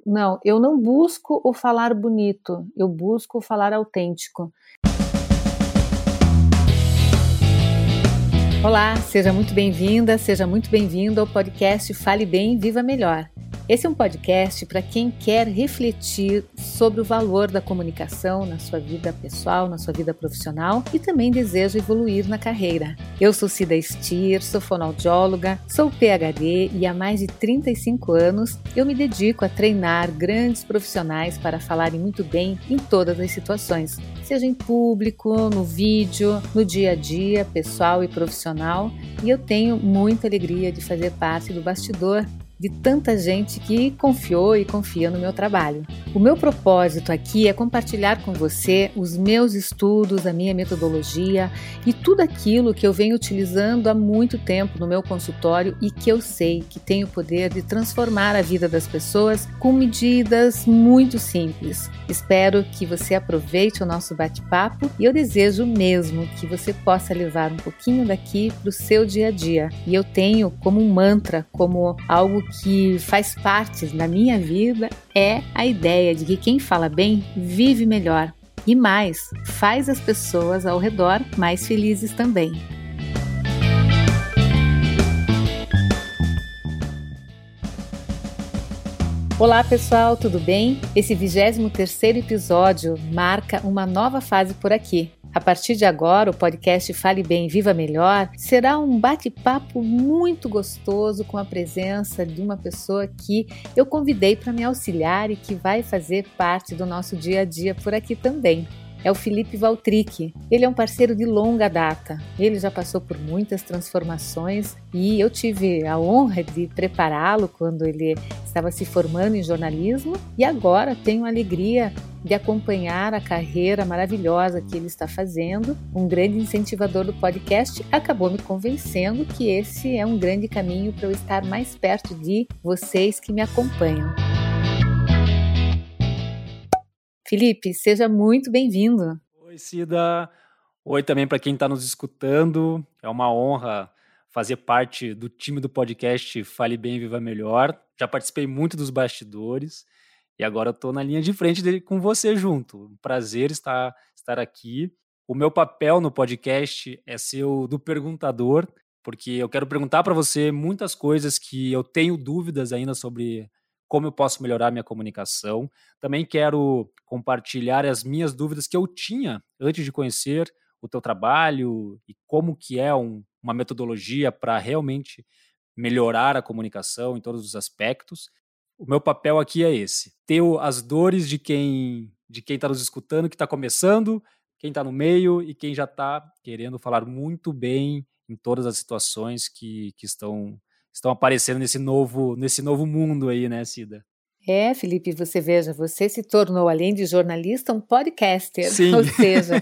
Não, eu não busco o falar bonito, eu busco o falar autêntico. Olá, seja muito bem-vinda, seja muito bem-vindo ao podcast Fale Bem, Viva Melhor. Esse é um podcast para quem quer refletir sobre o valor da comunicação na sua vida pessoal, na sua vida profissional e também deseja evoluir na carreira. Eu sou Cida Stier, sou fonoaudióloga, sou PhD e há mais de 35 anos eu me dedico a treinar grandes profissionais para falarem muito bem em todas as situações, seja em público, no vídeo, no dia a dia, pessoal e profissional, e eu tenho muita alegria de fazer parte do bastidor de tanta gente que confiou e confia no meu trabalho. O meu propósito aqui é compartilhar com você os meus estudos, a minha metodologia e tudo aquilo que eu venho utilizando há muito tempo no meu consultório e que eu sei que tem o poder de transformar a vida das pessoas com medidas muito simples. Espero que você aproveite o nosso bate-papo e eu desejo mesmo que você possa levar um pouquinho daqui para o seu dia a dia. E eu tenho como um mantra, como algo que faz parte da minha vida, é a ideia de que quem fala bem vive melhor e mais, faz as pessoas ao redor mais felizes também. Olá pessoal, tudo bem? Esse 23º episódio marca uma nova fase por aqui. A partir de agora, o podcast Fale Bem, Viva Melhor será um bate-papo muito gostoso com a presença de uma pessoa que eu convidei para me auxiliar e que vai fazer parte do nosso dia a dia por aqui também. É o Felipe Valtric. Ele é um parceiro de longa data. Ele já passou por muitas transformações e eu tive a honra de prepará-lo quando ele estava se formando em jornalismo e agora tenho a alegria de acompanhar a carreira maravilhosa que ele está fazendo. Um grande incentivador do podcast acabou me convencendo que esse é um grande caminho para eu estar mais perto de vocês que me acompanham. Felipe, seja muito bem-vindo. Oi, Cida. Oi também para quem está nos escutando. É uma honra fazer parte do time do podcast Fale Bem, Viva Melhor. Já participei muito dos bastidores e agora eu estou na linha de frente com você junto. Um prazer estar aqui. O meu papel no podcast é ser o do perguntador, porque eu quero perguntar para você muitas coisas que eu tenho dúvidas ainda sobre como eu posso melhorar minha comunicação. Também quero compartilhar as minhas dúvidas que eu tinha antes de conhecer o teu trabalho e como que é uma metodologia para realmente melhorar a comunicação em todos os aspectos. O meu papel aqui é esse, ter as dores de quem está nos escutando, que está começando, quem está no meio e quem já está querendo falar muito bem em todas as situações que estão aparecendo nesse novo mundo aí, né, Cida? Felipe, você veja, você se tornou, além de jornalista, um podcaster. Sim. Ou seja,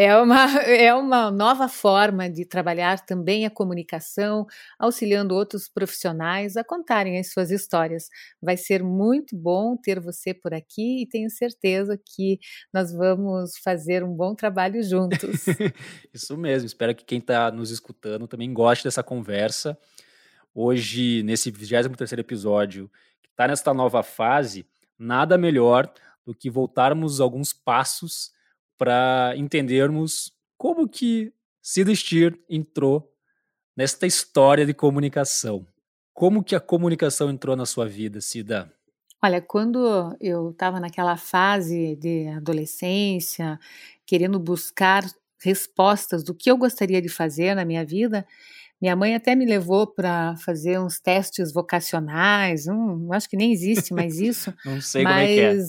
é uma nova forma de trabalhar também a comunicação, auxiliando outros profissionais a contarem as suas histórias. Vai ser muito bom ter você por aqui e tenho certeza que nós vamos fazer um bom trabalho juntos. Isso mesmo, espero que quem está nos escutando também goste dessa conversa. Hoje, nesse 23º episódio, que está nesta nova fase, nada melhor do que voltarmos alguns passos para entendermos como que Cida Stier entrou nesta história de comunicação. Como que a comunicação entrou na sua vida, Cida? Olha, quando eu estava naquela fase de adolescência, querendo buscar respostas do que eu gostaria de fazer na minha vida, minha mãe até me levou para fazer uns testes vocacionais, acho que nem existe mais isso, Não sei como é que é.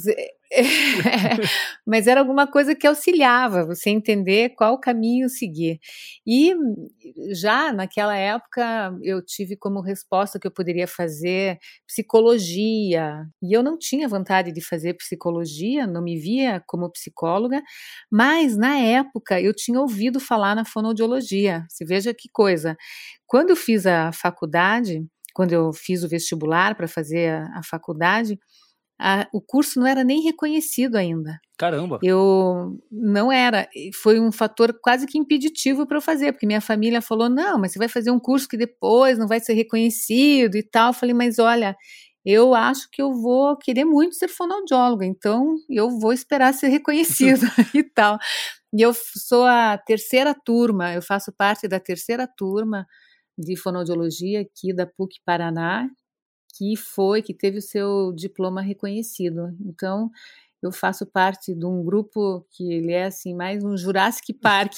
Mas era alguma coisa que auxiliava você entender qual caminho seguir. E já naquela época eu tive como resposta que eu poderia fazer psicologia, e eu não tinha vontade de fazer psicologia, não me via como psicóloga, mas na época eu tinha ouvido falar na fonoaudiologia. Você veja que coisa. Quando eu fiz a faculdade, quando eu fiz o vestibular para fazer a faculdade, o curso não era nem reconhecido ainda. Caramba! Eu não era, foi um fator quase que impeditivo para eu fazer, porque minha família falou, não, mas você vai fazer um curso que depois não vai ser reconhecido e tal. Eu falei, mas olha, eu acho que eu vou querer muito ser fonoaudióloga, então eu vou esperar ser reconhecida e tal. E eu sou a terceira turma, eu faço parte da terceira turma de fonoaudiologia aqui da PUC Paraná, que teve o seu diploma reconhecido. Então, eu faço parte de um grupo que ele é assim, mais um Jurassic Park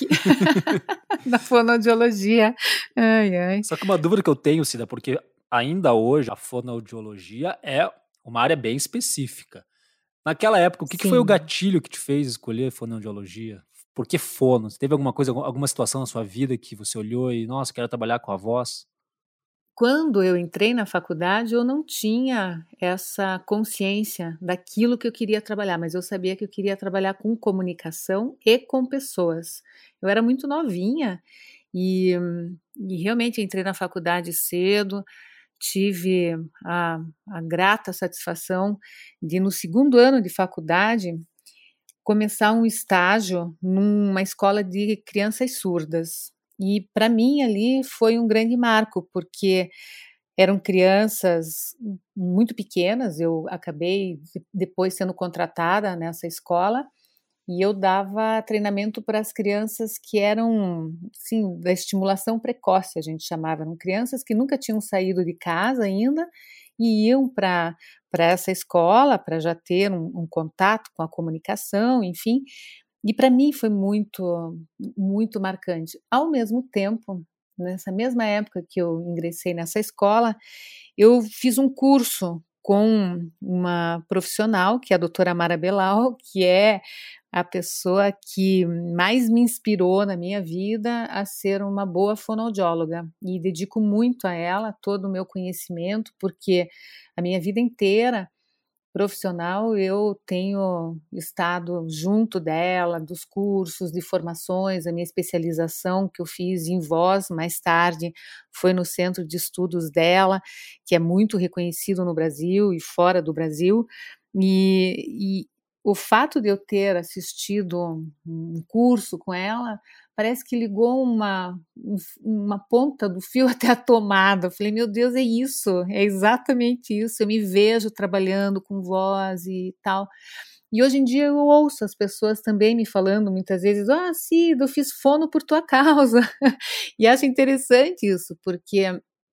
da fonoaudiologia. Ai, ai. Só que uma dúvida que eu tenho, Cida, porque ainda hoje a fonoaudiologia é uma área bem específica. Naquela época, o que foi o Sim. gatilho que te fez escolher fonoaudiologia? Por que fono? Você teve alguma coisa, alguma situação na sua vida que você olhou e, nossa, quero trabalhar com a voz? Quando eu entrei na faculdade, eu não tinha essa consciência daquilo que eu queria trabalhar, mas eu sabia que eu queria trabalhar com comunicação e com pessoas. Eu era muito novinha e, e realmente entrei na faculdade cedo, tive a grata satisfação de, no segundo ano de faculdade, começar um estágio numa escola de crianças surdas. E para mim ali foi um grande marco, porque eram crianças muito pequenas, eu acabei depois sendo contratada nessa escola, e eu dava treinamento para as crianças que eram, sim, da estimulação precoce, a gente chamava, eram crianças que nunca tinham saído de casa ainda e iam para essa escola para já ter um contato com a comunicação, enfim. E para mim foi muito, muito marcante. Ao mesmo tempo, nessa mesma época que eu ingressei nessa escola, eu fiz um curso com uma profissional, que é a doutora Mara Belal, que é a pessoa que mais me inspirou na minha vida a ser uma boa fonoaudióloga. E dedico muito a ela todo o meu conhecimento, porque a minha vida inteira profissional, eu tenho estado junto dela, dos cursos, de formações, a minha especialização que eu fiz em voz mais tarde foi no centro de estudos dela, que é muito reconhecido no Brasil e fora do Brasil, e o fato de eu ter assistido um curso com ela, parece que ligou uma ponta do fio até a tomada. Eu falei, meu Deus, é isso, é exatamente isso. Eu me vejo trabalhando com voz e tal. E hoje em dia eu ouço as pessoas também me falando muitas vezes, Cida, eu fiz fono por tua causa. E acho interessante isso, porque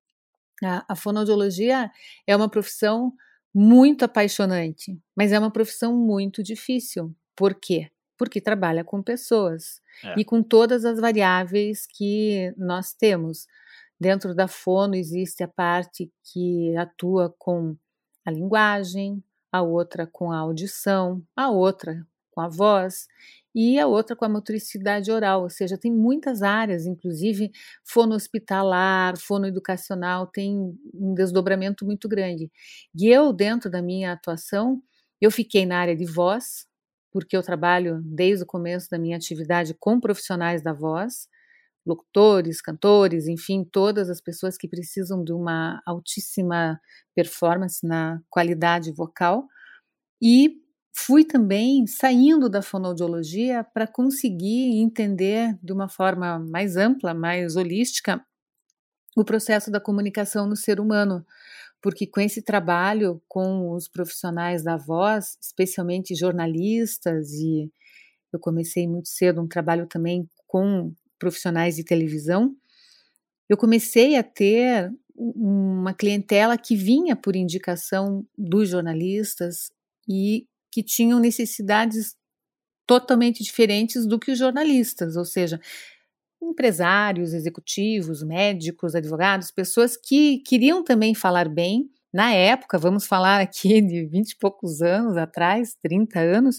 a fonoaudiologia é uma profissão muito apaixonante, mas é uma profissão muito difícil. Por quê? Porque trabalha com pessoas É. e com todas as variáveis que nós temos. Dentro da fono existe a parte que atua com a linguagem, a outra com a audição, a outra com a voz e a outra com a motricidade oral, ou seja, tem muitas áreas, inclusive fono hospitalar, fono educacional, tem um desdobramento muito grande. E eu, dentro da minha atuação, eu fiquei na área de voz, porque eu trabalho desde o começo da minha atividade com profissionais da voz, locutores, cantores, enfim, todas as pessoas que precisam de uma altíssima performance na qualidade vocal. E fui também saindo da fonoaudiologia para conseguir entender de uma forma mais ampla, mais holística, o processo da comunicação no ser humano, porque com esse trabalho com os profissionais da voz, especialmente jornalistas, e eu comecei muito cedo um trabalho também com profissionais de televisão, eu comecei a ter uma clientela que vinha por indicação dos jornalistas e que tinham necessidades totalmente diferentes do que os jornalistas, ou seja, empresários, executivos, médicos, advogados, pessoas que queriam também falar bem. Na época, vamos falar aqui de 20 e poucos anos atrás, 30 anos,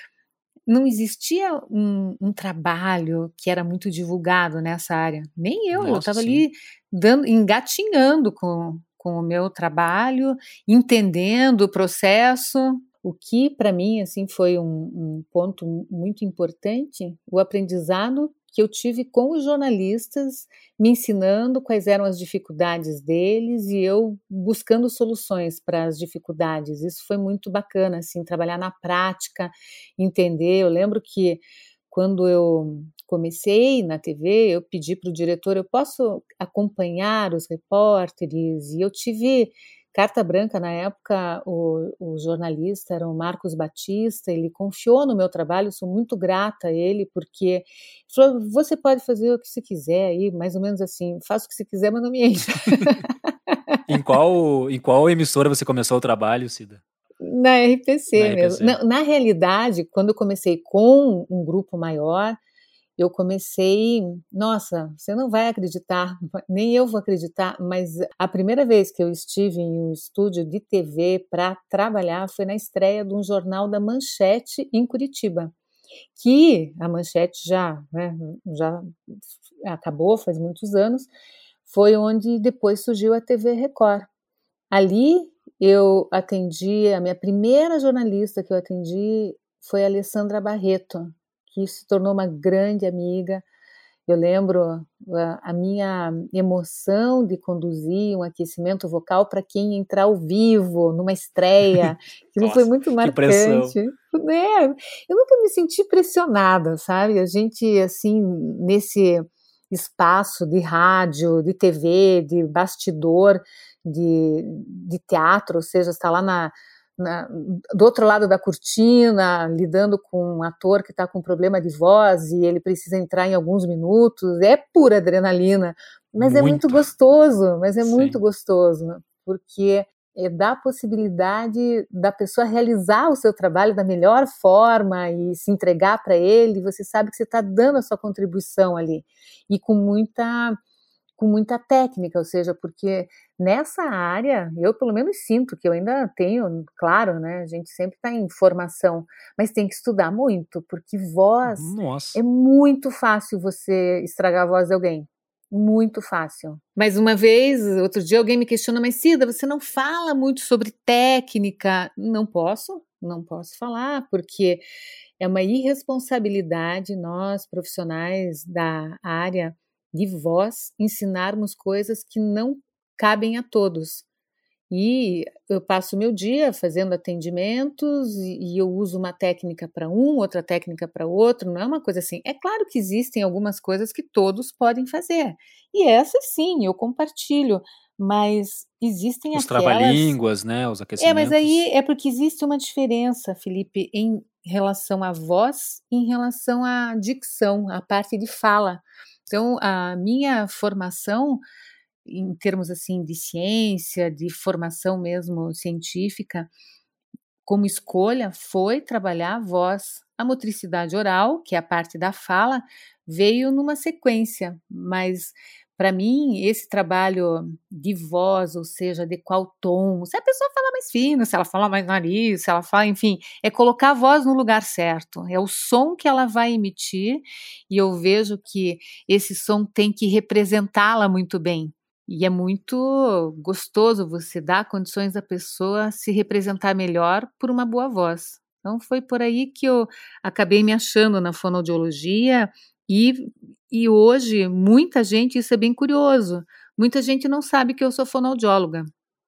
não existia um trabalho que era muito divulgado nessa área. Nem eu Nossa, estava sim. ali engatinhando com o meu trabalho, entendendo o processo. O que para mim assim foi um ponto muito importante, o aprendizado que eu tive com os jornalistas, me ensinando quais eram as dificuldades deles e eu buscando soluções para as dificuldades. Isso foi muito bacana, assim, trabalhar na prática, entender. Eu lembro que quando eu comecei na TV, eu pedi para o diretor, eu posso acompanhar os repórteres? E eu tive carta branca na época, o jornalista era o Marcos Batista, ele confiou no meu trabalho, sou muito grata a ele, porque falou, você pode fazer o que você quiser aí, mais ou menos assim, faça o que você quiser, mas não me encha. Em qual emissora você começou o trabalho, Cida? Na Na RPC mesmo. RPC. Na realidade, quando eu comecei com um grupo maior, eu comecei, nossa, você não vai acreditar, nem eu vou acreditar, mas a primeira vez que eu estive em um estúdio de TV para trabalhar foi na estreia de um jornal da Manchete em Curitiba, que a Manchete já acabou faz muitos anos, foi onde depois surgiu a TV Record. Ali eu atendi, a minha primeira jornalista que eu atendi foi a Alessandra Barreto, que se tornou uma grande amiga. Eu lembro a minha emoção de conduzir um aquecimento vocal para quem entrar ao vivo, numa estreia. Aquilo foi Nossa, muito que pressão. marcante. Eu nunca me senti pressionada, sabe? A gente, assim, nesse espaço de rádio, de TV, de bastidor, de teatro, ou seja, está lá do outro lado da cortina, lidando com um ator que está com problema de voz e ele precisa entrar em alguns minutos, é pura adrenalina, mas é muito gostoso, porque dá a possibilidade da pessoa realizar o seu trabalho da melhor forma e se entregar para ele, você sabe que você está dando a sua contribuição ali, e com muita técnica, ou seja, porque nessa área, eu pelo menos sinto que eu ainda tenho, claro, né, a gente sempre está em formação, mas tem que estudar muito, porque voz é muito fácil você estragar a voz de alguém, muito fácil. Mas uma vez, outro dia alguém me questiona, mas Cida, você não fala muito sobre técnica? Não posso falar, porque é uma irresponsabilidade nós, profissionais da área de voz, ensinarmos coisas que não cabem a todos. E eu passo meu dia fazendo atendimentos e eu uso uma técnica para um, outra técnica para outro, não é uma coisa assim. É claro que existem algumas coisas que todos podem fazer, e essas sim, eu compartilho, mas existem Os aquelas... trava-línguas, né, os Mas aí aquecimentos. é porque existe uma diferença, Felipe, em relação à voz, em relação à dicção, à parte de fala. Então, a minha formação, em termos assim de ciência, de formação mesmo científica, como escolha, foi trabalhar a voz. A motricidade oral, que é a parte da fala, veio numa sequência, mas para mim, esse trabalho de voz, ou seja, de qual tom, se a pessoa fala mais fino, se ela fala mais nariz, se ela fala, enfim, é colocar a voz no lugar certo, é o som que ela vai emitir, e eu vejo que esse som tem que representá-la muito bem. E é muito gostoso você dar condições da pessoa se representar melhor por uma boa voz. Então foi por aí que eu acabei me achando na fonoaudiologia e hoje muita gente, isso é bem curioso, muita gente não sabe que eu sou fonoaudióloga.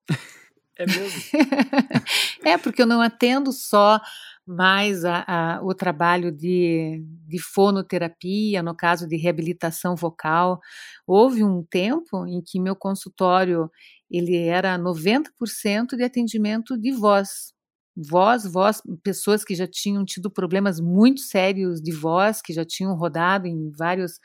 É mesmo? É, porque eu não atendo só mais o trabalho de fonoterapia, no caso de reabilitação vocal. Houve um tempo em que meu consultório ele era 90% de atendimento de voz. Voz, pessoas que já tinham tido problemas muito sérios de voz, que já tinham rodado em vários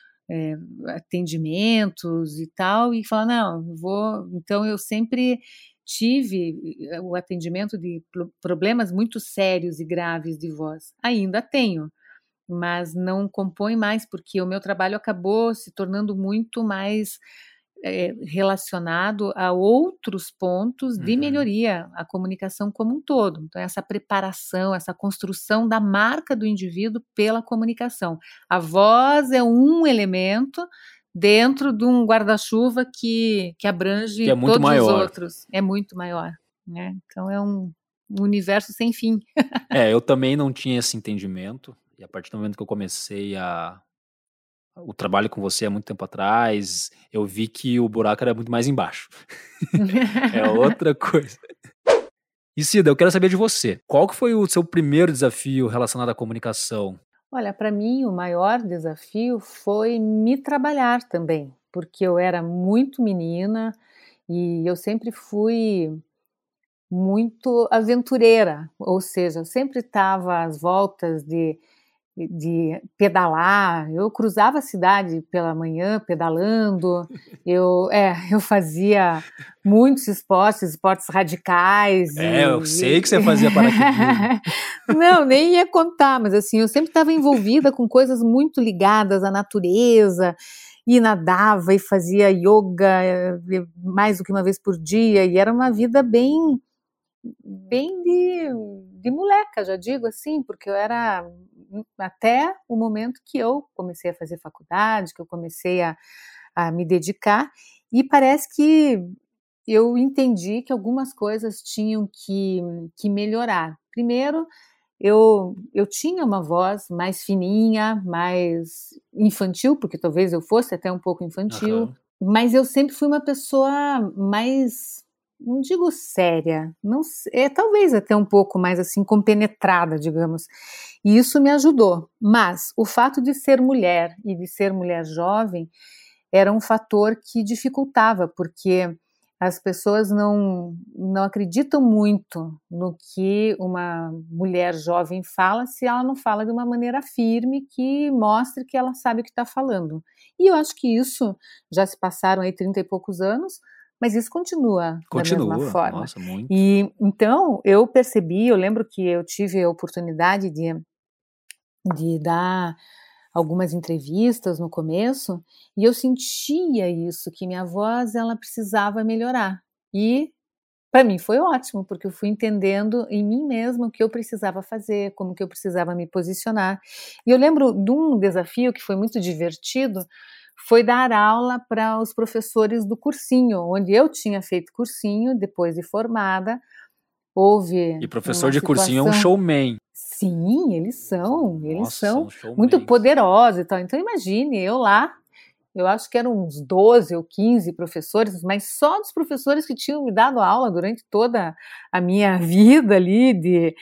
atendimentos e tal, e falar, não, vou... Então, eu sempre tive o atendimento de problemas muito sérios e graves de voz. Ainda tenho, mas não compõe mais, porque o meu trabalho acabou se tornando muito mais relacionado a outros pontos de melhoria, a comunicação como um todo. Então, essa preparação, essa construção da marca do indivíduo pela comunicação. A voz é um elemento dentro de um guarda-chuva que abrange Que é muito todos os maior. outros. É muito maior, né? Então, é um universo sem fim. Eu também não tinha esse entendimento, e a partir do momento que eu comecei o trabalho com você há muito tempo atrás, eu vi que o buraco era muito mais embaixo. É outra coisa. E Cida, eu quero saber de você. Qual que foi o seu primeiro desafio relacionado à comunicação? Olha, para mim o maior desafio foi me trabalhar também, porque eu era muito menina E eu sempre fui muito aventureira, ou seja, eu sempre estava às voltas de pedalar. Eu cruzava a cidade pela manhã pedalando, eu fazia muitos esportes radicais Eu sei que você fazia paraquedismo. Não, nem ia contar, mas assim, eu sempre estava envolvida com coisas muito ligadas à natureza, e nadava e fazia yoga mais do que uma vez por dia, e era uma vida bem de moleca, já digo assim, porque eu era até o momento que eu comecei a fazer faculdade, que eu comecei a me dedicar, e parece que eu entendi que algumas coisas tinham que melhorar. Primeiro, eu tinha uma voz mais fininha, mais infantil, porque talvez eu fosse até um pouco infantil, mas eu sempre fui uma pessoa mais, não digo séria, não, talvez até um pouco mais assim compenetrada, digamos, e isso me ajudou. Mas o fato de ser mulher e de ser mulher jovem era um fator que dificultava, porque as pessoas não acreditam muito no que uma mulher jovem fala se ela não fala de uma maneira firme que mostre que ela sabe o que está falando. E eu acho que isso, já se passaram aí 30 e poucos anos, mas isso continua da mesma forma. Nossa, muito. E então eu percebi, eu lembro que eu tive a oportunidade de dar algumas entrevistas no começo, e eu sentia isso, que minha voz ela precisava melhorar. E para mim foi ótimo, porque eu fui entendendo em mim mesma o que eu precisava fazer, como que eu precisava me posicionar. E eu lembro de um desafio que foi muito divertido, foi dar aula para os professores do cursinho, onde eu tinha feito cursinho, depois de formada, houve E professor de cursinho é um showman. Sim, eles são Showmans. muito poderosos e tal. Então imagine, eu lá, eu acho que eram uns 12 ou 15 professores, mas só dos professores que tinham me dado aula durante toda a minha vida ali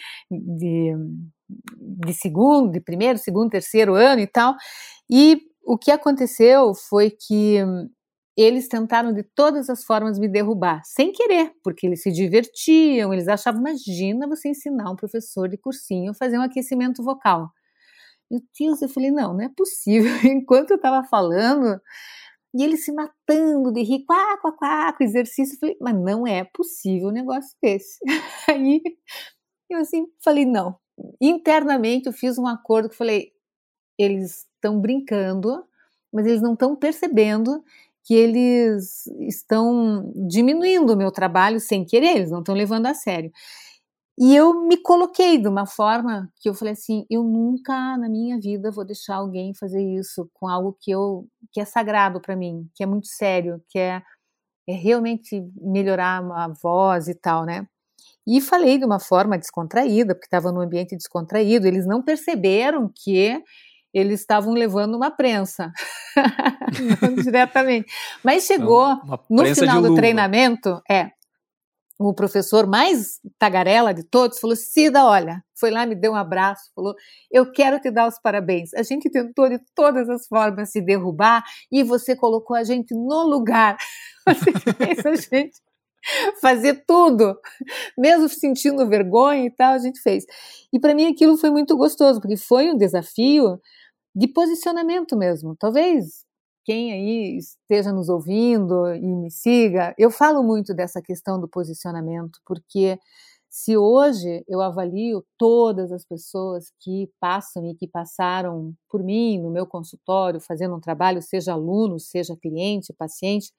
de primeiro, segundo, terceiro ano e tal. E o que aconteceu foi que eles tentaram de todas as formas me derrubar, sem querer, porque eles se divertiam, eles achavam, imagina você ensinar um professor de cursinho a fazer um aquecimento vocal. Meu Deus, eu falei, não é possível. Enquanto eu estava falando, e eles se matando de rir, quá, quá, quá, com exercício, eu falei, mas não é possível um negócio desse. Aí eu assim, falei, não. Internamente eu fiz um acordo que falei, eles estão brincando, mas eles não estão percebendo que eles estão diminuindo o meu trabalho sem querer, eles não estão levando a sério. E eu me coloquei de uma forma que eu falei assim, eu nunca na minha vida vou deixar alguém fazer isso com algo que é sagrado para mim, que é muito sério, que é realmente melhorar a voz e tal, né? E falei de uma forma descontraída, porque estava num ambiente descontraído, eles não perceberam que eles estavam levando uma prensa, não diretamente. Mas chegou no final do treinamento, o professor mais tagarela de todos falou, Cida, olha, foi lá, me deu um abraço, falou, eu quero te dar os parabéns, a gente tentou de todas as formas se derrubar e você colocou a gente no lugar, você fez a gente fazer tudo, mesmo sentindo vergonha e tal, a gente fez. E para mim aquilo foi muito gostoso, porque foi um desafio de posicionamento mesmo. Talvez quem aí esteja nos ouvindo e me siga, eu falo muito dessa questão do posicionamento, porque se hoje eu avalio todas as pessoas que passam e que passaram por mim no meu consultório, fazendo um trabalho, seja aluno, seja cliente, paciente,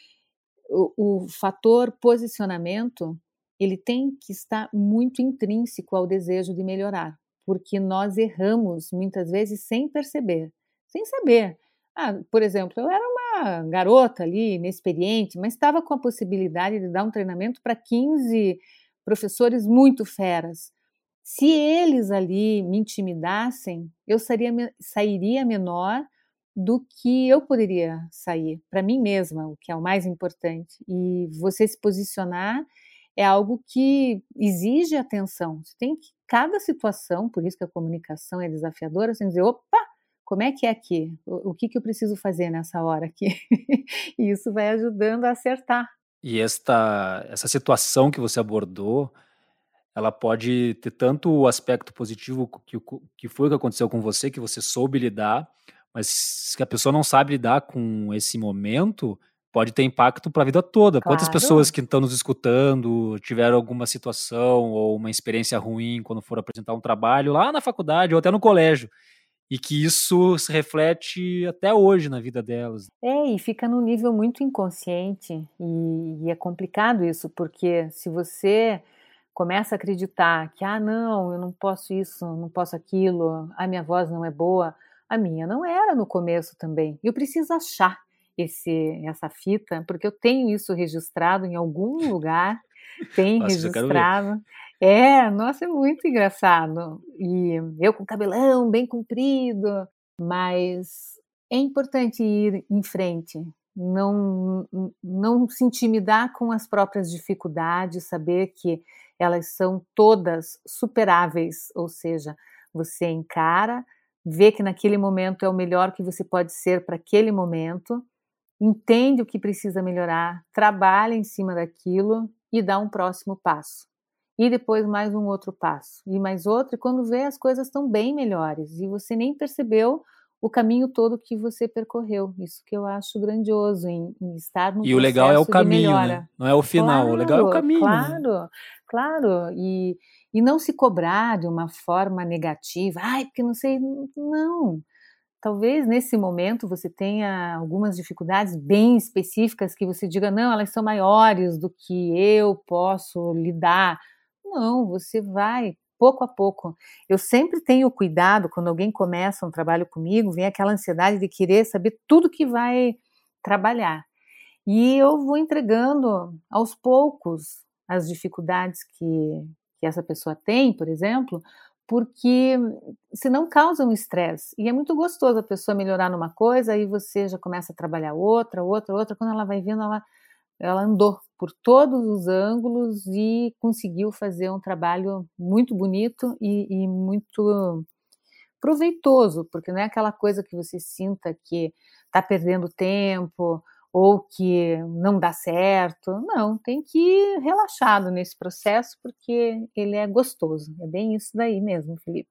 o fator posicionamento, ele tem que estar muito intrínseco ao desejo de melhorar, porque nós erramos muitas vezes sem perceber, sem saber. Por exemplo, eu era uma garota ali, inexperiente, mas estava com a possibilidade de dar um treinamento para 15 professores muito feras. Se eles ali me intimidassem, eu sairia menor do que eu poderia sair, para mim mesma, o que é o mais importante. E você se posicionar é algo que exige atenção. Você tem que, cada situação, por isso que a comunicação é desafiadora, você dizer, opa, como é que é aqui? O que eu preciso fazer nessa hora aqui? E isso vai ajudando a acertar. E essa situação que você abordou, ela pode ter tanto o aspecto positivo que foi o que aconteceu com você, que você soube lidar, mas se a pessoa não sabe lidar com esse momento, pode ter impacto para a vida toda. Quantas pessoas Claro. que estão nos escutando tiveram alguma situação ou uma experiência ruim quando foram apresentar um trabalho lá na faculdade ou até no colégio, e que isso se reflete até hoje na vida delas. E fica num nível muito inconsciente e é complicado isso, porque se você começa a acreditar que: "Ah, não, eu não posso isso, não posso aquilo, a minha voz não é boa", a minha não era no começo também. Eu preciso achar essa fita, porque eu tenho isso registrado em algum lugar, tem Nossa, já quero ver. registrado. Nossa, é muito engraçado. E eu com cabelão bem comprido, mas é importante ir em frente, não se intimidar com as próprias dificuldades, saber que elas são todas superáveis, ou seja, você encara, vê que naquele momento é o melhor que você pode ser para aquele momento, entende o que precisa melhorar, trabalha em cima daquilo e dá um próximo passo. E depois mais um outro passo, e mais outro, e quando vê as coisas estão bem melhores, e você nem percebeu o caminho todo que você percorreu. Isso que eu acho grandioso em estar num E o legal é o processo de caminho, né, melhora. não é o final, o legal é o Claro, caminho, né. claro, claro. E não se cobrar de uma forma negativa: "Ai, porque não sei", não. Talvez nesse momento você tenha algumas dificuldades bem específicas que você diga: "Não, elas são maiores do que eu posso lidar". Não, você vai pouco a pouco. Eu sempre tenho cuidado quando alguém começa um trabalho comigo, vem aquela ansiedade de querer saber tudo que vai trabalhar. E eu vou entregando aos poucos as dificuldades que essa pessoa tem, por exemplo, porque senão causa um estresse. E é muito gostoso a pessoa melhorar numa coisa, aí você já começa a trabalhar outra, outra, outra. Quando ela vai vendo, ela andou por todos os ângulos e conseguiu fazer um trabalho muito bonito e muito proveitoso, porque não é aquela coisa que você sinta que está perdendo tempo ou que não dá certo. Não, tem que ir relaxado nesse processo, porque ele é gostoso. É bem isso daí mesmo, Felipe.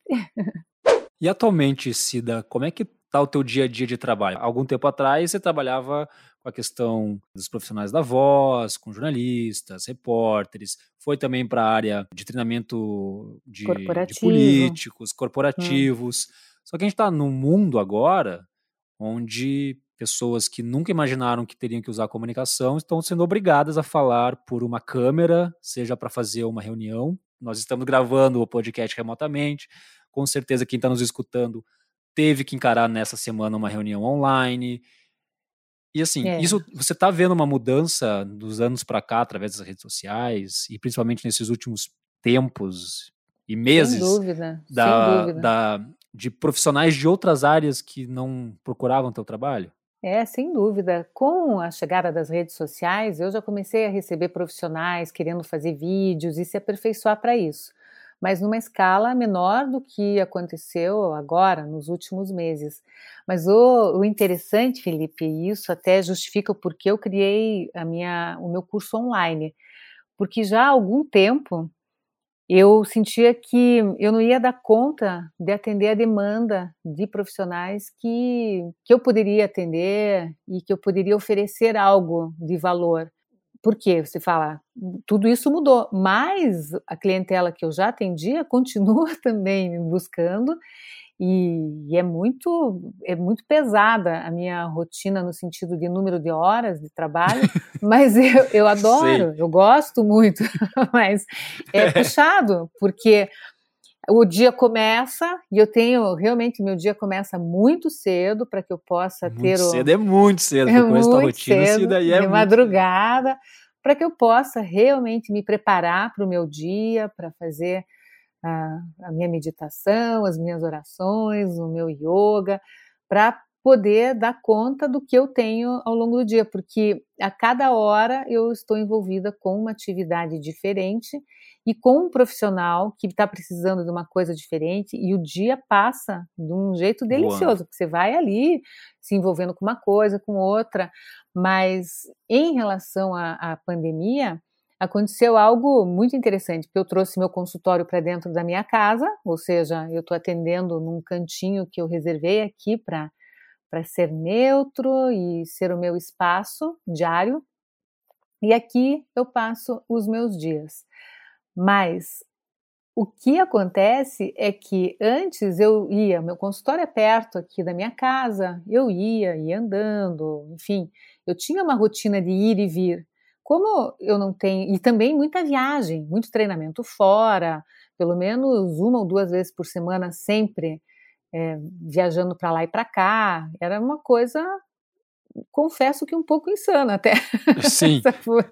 E atualmente, Cida, como é que tá o teu dia a dia de trabalho? Algum tempo atrás você trabalhava com a questão dos profissionais da voz, com jornalistas, repórteres, foi também para a área de treinamento de Corporativo. políticos, Hum. corporativos. Só que a gente está num mundo agora onde pessoas que nunca imaginaram que teriam que usar a comunicação estão sendo obrigadas a falar por uma câmera, seja para fazer uma reunião. Nós estamos gravando o podcast remotamente. Com certeza, quem está nos escutando teve que encarar nessa semana uma reunião online. E assim, É, isso você está vendo uma mudança dos anos para cá, através das redes sociais, e principalmente nesses últimos tempos e sem meses, dúvida, sem da, dúvida. da, de profissionais de outras áreas que não procuravam teu trabalho? Sem dúvida. Com a chegada das redes sociais, eu já comecei a receber profissionais querendo fazer vídeos e se aperfeiçoar para isso, mas numa escala menor do que aconteceu agora, nos últimos meses. Mas o interessante, Felipe, e isso até justifica o porquê eu criei o meu curso online, porque já há algum tempo eu sentia que eu não ia dar conta de atender a demanda de profissionais que eu poderia atender e que eu poderia oferecer algo de valor. Por quê? Você fala, tudo isso mudou, mas a clientela que eu já atendia continua também me buscando e é muito pesada a minha rotina no sentido de número de horas de trabalho, mas eu Sei. adoro, eu gosto muito, mas é puxado, porque o dia começa e eu tenho realmente meu dia começa muito cedo para que eu possa ter É muito cedo, é porque eu conheço tua muito rotina, se cedo, daí é de muito cedo. madrugada, para que eu possa realmente me preparar para o meu dia, para fazer a minha meditação, as minhas orações, o meu ioga, para poder dar conta do que eu tenho ao longo do dia, porque a cada hora eu estou envolvida com uma atividade diferente e com um profissional que está precisando de uma coisa diferente, e o dia passa de um jeito Voando. delicioso, porque você vai ali se envolvendo com uma coisa, com outra, mas em relação à pandemia, aconteceu algo muito interessante, porque eu trouxe meu consultório para dentro da minha casa, ou seja, eu estou atendendo num cantinho que eu reservei aqui para ser neutro e ser o meu espaço diário, e aqui eu passo os meus dias. Mas o que acontece é que antes meu consultório é perto aqui da minha casa, ia andando, enfim, eu tinha uma rotina de ir e vir. Como eu não tenho, e também muita viagem, muito treinamento fora, pelo menos 1 ou 2 vezes por semana, sempre viajando para lá e para cá, era uma coisa, confesso que um pouco insana até. Sim.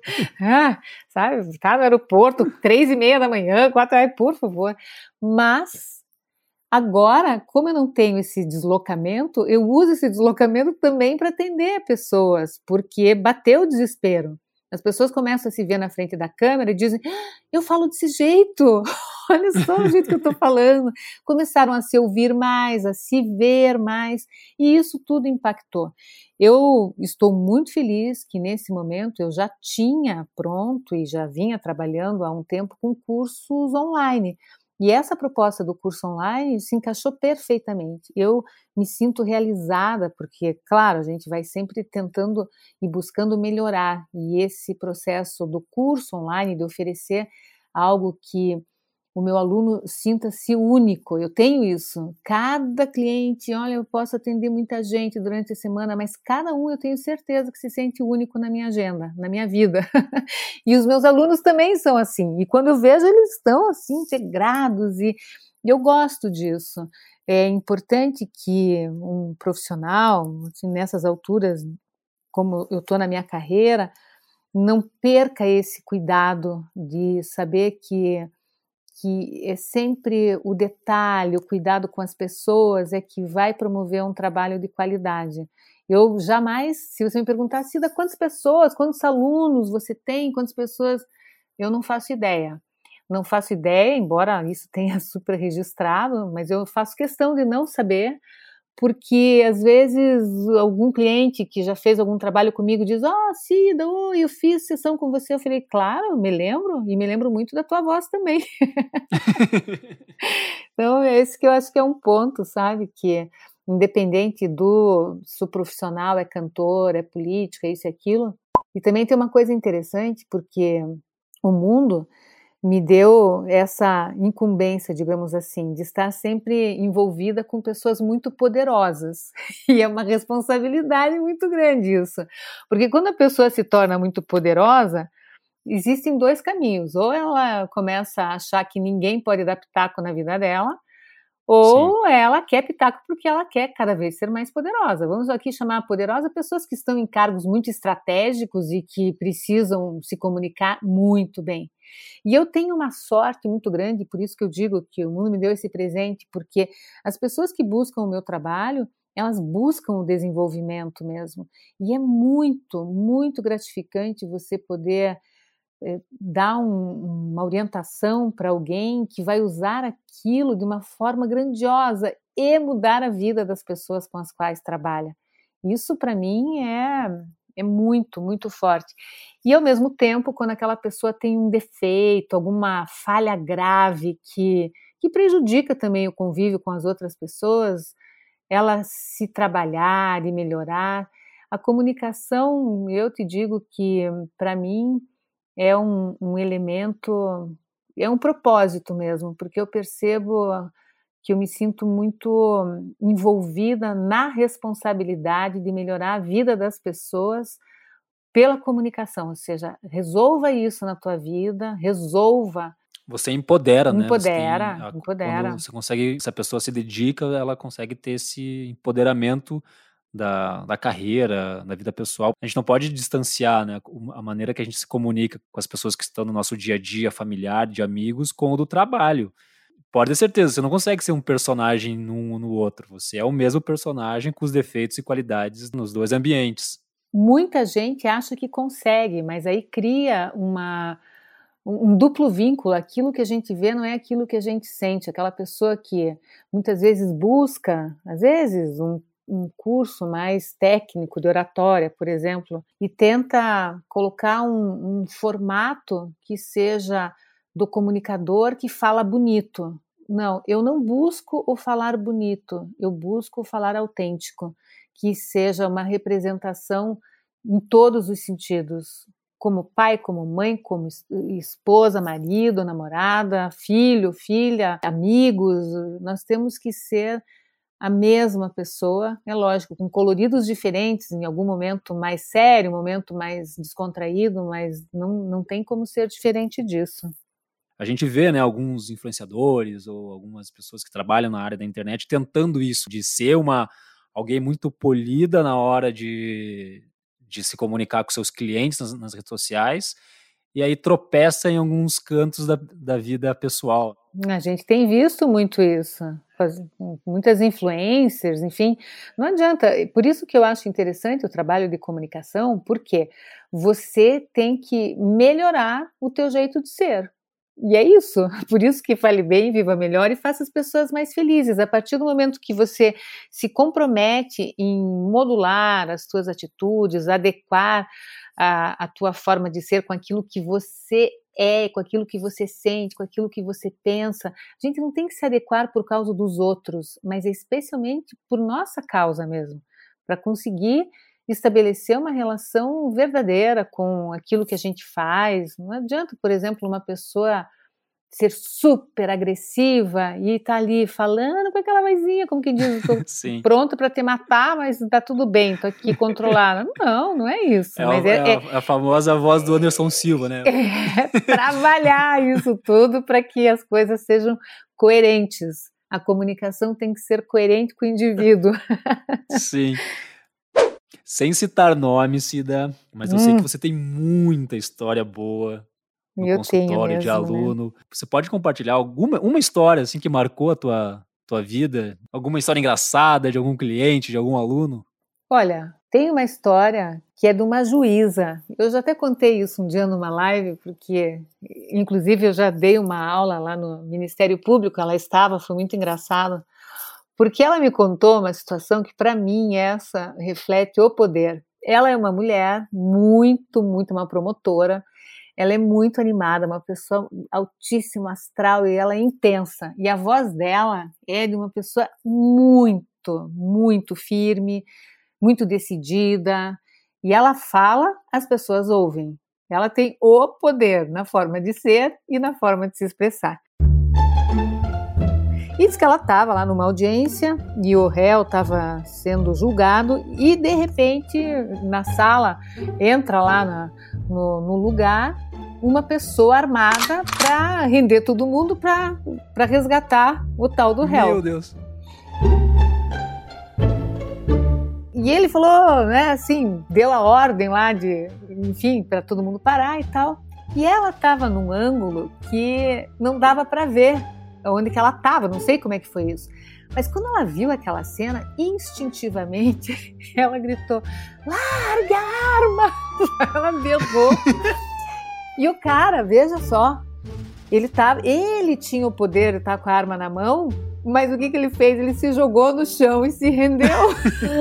Sabe, ficar no aeroporto 3:30 da manhã, 4 horas, por favor. Mas agora, como eu não tenho esse deslocamento, eu uso esse deslocamento também para atender pessoas, porque bateu o desespero. As pessoas começam a se ver na frente da câmera e dizem: eu falo desse jeito, olha só o jeito que eu estou falando. Começaram a se ouvir mais, a se ver mais, e isso tudo impactou. Eu estou muito feliz que nesse momento eu já tinha pronto e já vinha trabalhando há um tempo com cursos online. E essa proposta do curso online se encaixou perfeitamente. Eu me sinto realizada, porque, claro, a gente vai sempre tentando e buscando melhorar. E esse processo do curso online, de oferecer algo que o meu aluno sinta-se único, eu tenho isso. Cada cliente, olha, eu posso atender muita gente durante a semana, mas cada um eu tenho certeza que se sente único na minha agenda, na minha vida. E os meus alunos também são assim. E quando eu vejo, eles estão assim, integrados, e eu gosto disso. É importante que um profissional, assim, nessas alturas, como eu estou na minha carreira, não perca esse cuidado de saber que é sempre o detalhe, o cuidado com as pessoas é que vai promover um trabalho de qualidade. Eu jamais, se você me perguntar, Cida, quantas pessoas, quantos alunos você tem, quantas pessoas, eu não faço ideia. Não faço ideia, embora isso tenha super registrado, mas eu faço questão de não saber, porque às vezes algum cliente que já fez algum trabalho comigo diz: Cida, eu fiz sessão com você. Eu falei: claro, eu me lembro, e me lembro muito da tua voz também. Então, é esse que eu acho que é um ponto, sabe, que independente se o profissional é cantor, é político, é isso e aquilo. E também tem uma coisa interessante, porque o mundo me deu essa incumbência, digamos assim, de estar sempre envolvida com pessoas muito poderosas. E é uma responsabilidade muito grande isso. Porque quando a pessoa se torna muito poderosa, existem 2 caminhos: ou ela começa a achar que ninguém pode dar pitaco na vida dela, Sim. ou ela quer pitaco porque ela quer cada vez ser mais poderosa. Vamos aqui chamar poderosa pessoas que estão em cargos muito estratégicos e que precisam se comunicar muito bem. E eu tenho uma sorte muito grande, por isso que eu digo que o mundo me deu esse presente, porque as pessoas que buscam o meu trabalho, elas buscam o desenvolvimento mesmo. E é muito, muito gratificante você poder dar uma orientação para alguém que vai usar aquilo de uma forma grandiosa e mudar a vida das pessoas com as quais trabalha. Isso para mim é muito, muito forte. E ao mesmo tempo, quando aquela pessoa tem um defeito, alguma falha grave que prejudica também o convívio com as outras pessoas, ela se trabalhar e melhorar. A comunicação, eu te digo que, para mim, é um elemento, é um propósito mesmo, porque eu percebo que eu me sinto muito envolvida na responsabilidade de melhorar a vida das pessoas pela comunicação, ou seja, resolva isso na tua vida, resolva, Você empodera, né, você tem empodera, a quando empodera. você consegue, se a pessoa se dedica, ela consegue ter esse empoderamento da carreira, da vida pessoal. A gente não pode distanciar, né, a maneira que a gente se comunica com as pessoas que estão no nosso dia a dia familiar, de amigos, com o do trabalho. Pode ter certeza, você não consegue ser um personagem num ou no outro. Você é o mesmo personagem com os defeitos e qualidades nos dois ambientes. Muita gente acha que consegue, mas aí cria um duplo vínculo. Aquilo que a gente vê não é aquilo que a gente sente. Aquela pessoa que muitas vezes busca, às vezes, um curso mais técnico de oratória, por exemplo, e tenta colocar um formato que seja do comunicador que fala bonito. Não, eu não busco o falar bonito, eu busco o falar autêntico, que seja uma representação em todos os sentidos, como pai, como mãe, como esposa, marido, namorada, filho, filha, amigos. Nós temos que ser a mesma pessoa, é lógico, com coloridos diferentes, em algum momento mais sério, um momento mais descontraído, mas não tem como ser diferente disso. A gente vê, né, alguns influenciadores ou algumas pessoas que trabalham na área da internet tentando isso, de ser alguém muito polida na hora de se comunicar com seus clientes nas redes sociais, e aí tropeça em alguns cantos da vida pessoal. A gente tem visto muito isso, muitas influencers, enfim, não adianta. Por isso que eu acho interessante o trabalho de comunicação, porque você tem que melhorar o teu jeito de ser. E é isso, por isso que fale bem, viva melhor e faça as pessoas mais felizes. A partir do momento que você se compromete em modular as tuas atitudes, adequar a tua forma de ser com aquilo que você é, com aquilo que você sente, com aquilo que você pensa, a gente não tem que se adequar por causa dos outros, mas especialmente por nossa causa mesmo, para conseguir estabelecer uma relação verdadeira com aquilo que a gente faz. Não adianta, por exemplo, uma pessoa ser super agressiva e tá ali falando com aquela vozinha, como quem diz, tô pronta para te matar, mas tá tudo bem, tô aqui controlada. Não é isso. É a famosa voz do Anderson Silva, né? É trabalhar isso tudo para que as coisas sejam coerentes. A comunicação tem que ser coerente com o indivíduo. Sim. Sem citar nomes, Cida, mas eu sei que você tem muita história boa no consultório de aluno. Né? Você pode compartilhar uma história assim que marcou a tua vida? Alguma história engraçada de algum cliente, de algum aluno? Olha, tem uma história que é de uma juíza. Eu já até contei isso um dia numa live, porque inclusive eu já dei uma aula lá no Ministério Público, foi muito engraçado. Porque ela me contou uma situação que, para mim, essa reflete o poder. Ela é uma mulher muito, uma promotora, ela é muito animada, uma pessoa altíssimo astral e ela é intensa. E a voz dela é de uma pessoa muito firme, muito decidida. E ela fala, as pessoas ouvem. Ela tem o poder na forma de ser e na forma de se expressar. E diz que ela estava lá numa audiência e o réu estava sendo julgado e, de repente, na sala, entra lá no lugar uma pessoa armada para render todo mundo, para resgatar o tal do réu. Meu Deus! E ele falou, né, assim, deu a ordem lá enfim, para todo mundo parar e tal. E ela estava num ângulo que não dava para ver onde que ela estava, não sei como é que foi isso. Mas quando ela viu aquela cena, instintivamente, ela gritou, larga a arma! Ela berrou. E o cara, veja só, ele tinha o poder de estar com a arma na mão, mas o que ele fez? Ele se jogou no chão e se rendeu.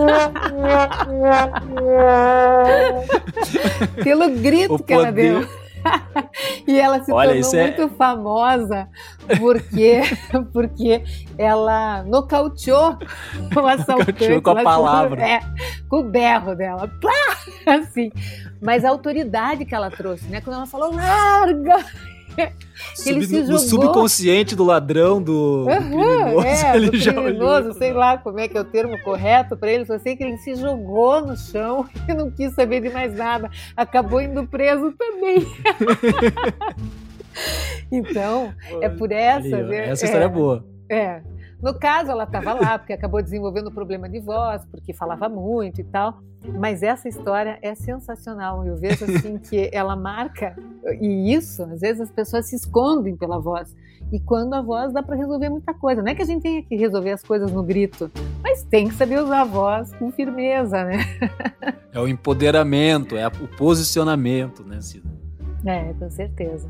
Pelo grito que ela deu. E ela se tornou muito famosa porque ela nocauteou o assaltante. Nocauteou com a palavra. Com o berro dela. Plá! Assim. Mas a autoridade que ela trouxe, né? Quando ela falou, larga! Ele se jogou... O subconsciente do ladrão, do criminoso, sei lá como é que é o termo correto para ele, só sei que ele se jogou no chão e não quis saber de mais nada, acabou indo preso também. Então, é por essa... Essa história é boa. No caso, ela estava lá porque acabou desenvolvendo problema de voz, porque falava muito e tal. Mas essa história é sensacional. Eu vejo assim que ela marca, e isso, às vezes as pessoas se escondem pela voz. E quando a voz dá para resolver muita coisa. Não é que a gente tenha que resolver as coisas no grito, mas tem que saber usar a voz com firmeza, né? É o empoderamento, é o posicionamento, né, Cida? É, com certeza.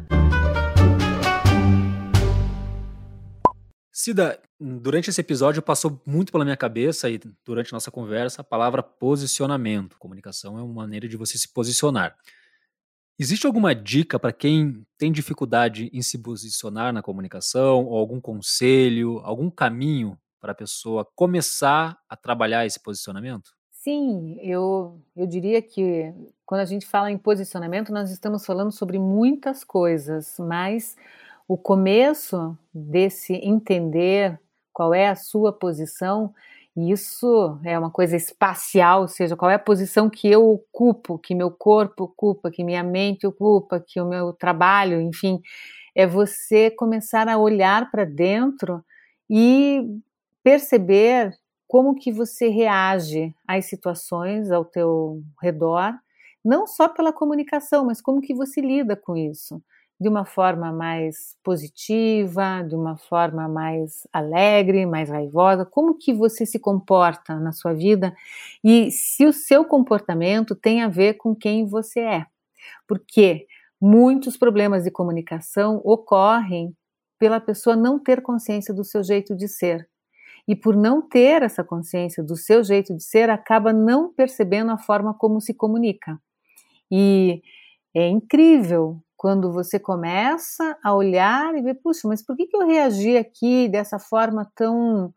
Cida, durante esse episódio passou muito pela minha cabeça e durante nossa conversa a palavra posicionamento. Comunicação é uma maneira de você se posicionar. Existe alguma dica para quem tem dificuldade em se posicionar na comunicação, ou algum conselho, algum caminho para a pessoa começar a trabalhar esse posicionamento? Sim, eu diria que quando a gente fala em posicionamento, nós estamos falando sobre muitas coisas, mas o começo desse entender qual é a sua posição, isso é uma coisa espacial, ou seja, qual é a posição que eu ocupo, que meu corpo ocupa, que minha mente ocupa, que o meu trabalho, enfim, é você começar a olhar para dentro e perceber como que você reage às situações ao teu redor, não só pela comunicação, mas como que você lida com isso, de uma forma mais positiva, de uma forma mais alegre, mais raivosa, como que você se comporta na sua vida e se o seu comportamento tem a ver com quem você é. Porque muitos problemas de comunicação ocorrem pela pessoa não ter consciência do seu jeito de ser. E por não ter essa consciência do seu jeito de ser, acaba não percebendo a forma como se comunica. E é incrível quando você começa a olhar e ver, puxa, mas por que eu reagi aqui dessa forma tão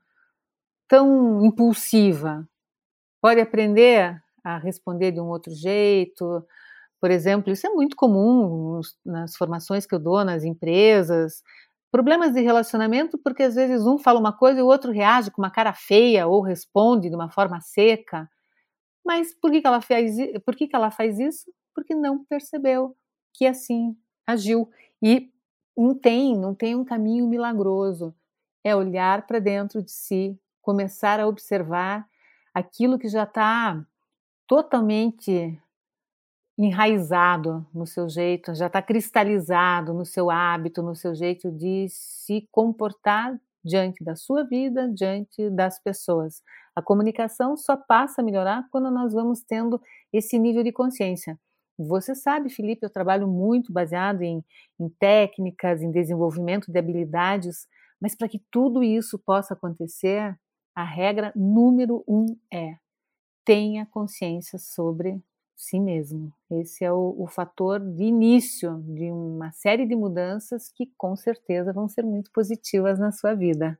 impulsiva? Pode aprender a responder de um outro jeito. Por exemplo, isso é muito comum nas formações que eu dou nas empresas. Problemas de relacionamento, porque às vezes um fala uma coisa e o outro reage com uma cara feia ou responde de uma forma seca. Mas por que ela faz isso? Porque não percebeu que assim agiu. E não tem um caminho milagroso. É olhar para dentro de si, começar a observar aquilo que já está totalmente enraizado no seu jeito, já está cristalizado no seu hábito, no seu jeito de se comportar diante da sua vida, diante das pessoas. A comunicação só passa a melhorar quando nós vamos tendo esse nível de consciência. Você sabe, Felipe, eu trabalho muito baseado em técnicas, em desenvolvimento de habilidades, mas para que tudo isso possa acontecer, a regra número 1 é: tenha consciência sobre si mesmo. Esse é o fator de início de uma série de mudanças que com certeza vão ser muito positivas na sua vida.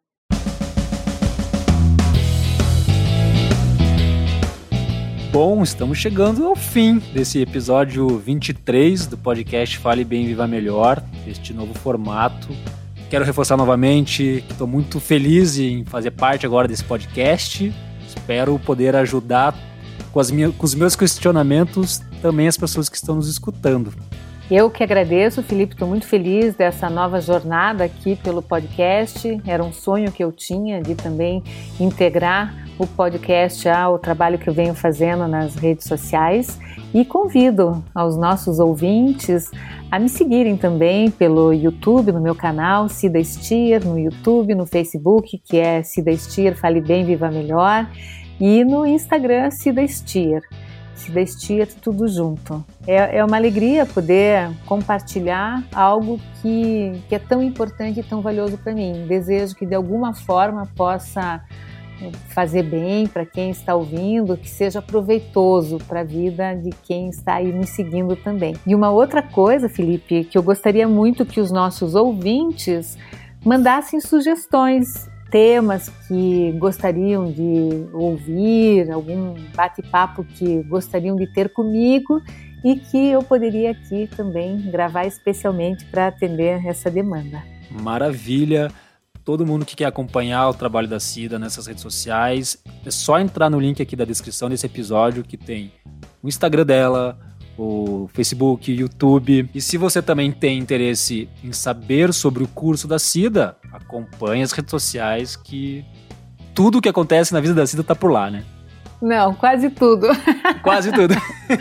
Bom, estamos chegando ao fim desse episódio 23 do podcast Fale Bem, Viva Melhor, este novo formato. Quero reforçar novamente que estou muito feliz em fazer parte agora desse podcast. Espero poder ajudar com os meus questionamentos também as pessoas que estão nos escutando. Eu que agradeço, Felipe, estou muito feliz dessa nova jornada aqui pelo podcast. Era um sonho que eu tinha de também integrar o podcast ao trabalho que eu venho fazendo nas redes sociais e convido aos nossos ouvintes a me seguirem também pelo YouTube, no meu canal Cida Stier, no YouTube, no Facebook, que é Cida Stier, Fale Bem, Viva Melhor, e no Instagram Cida Stier. Cida Stier, tudo junto. É uma alegria poder compartilhar algo que é tão importante e tão valioso para mim. Desejo que de alguma forma possa fazer bem para quem está ouvindo, que seja proveitoso para a vida de quem está aí me seguindo também. E uma outra coisa, Felipe, que eu gostaria muito que os nossos ouvintes mandassem sugestões, temas que gostariam de ouvir, algum bate-papo que gostariam de ter comigo e que eu poderia aqui também gravar especialmente para atender essa demanda. Maravilha! Todo mundo que quer acompanhar o trabalho da Cida nessas redes sociais, é só entrar no link aqui da descrição desse episódio que tem o Instagram dela, o Facebook, o YouTube. E se você também tem interesse em saber sobre o curso da Cida, a acompanhe as redes sociais, que tudo que acontece na vida da Cida tá por lá, né? Não, quase tudo. Quase tudo.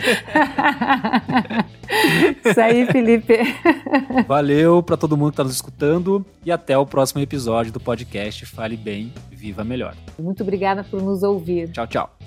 Isso aí, Felipe. Valeu para todo mundo que tá nos escutando e até o próximo episódio do podcast Fale Bem, Viva Melhor. Muito obrigada por nos ouvir. Tchau, tchau.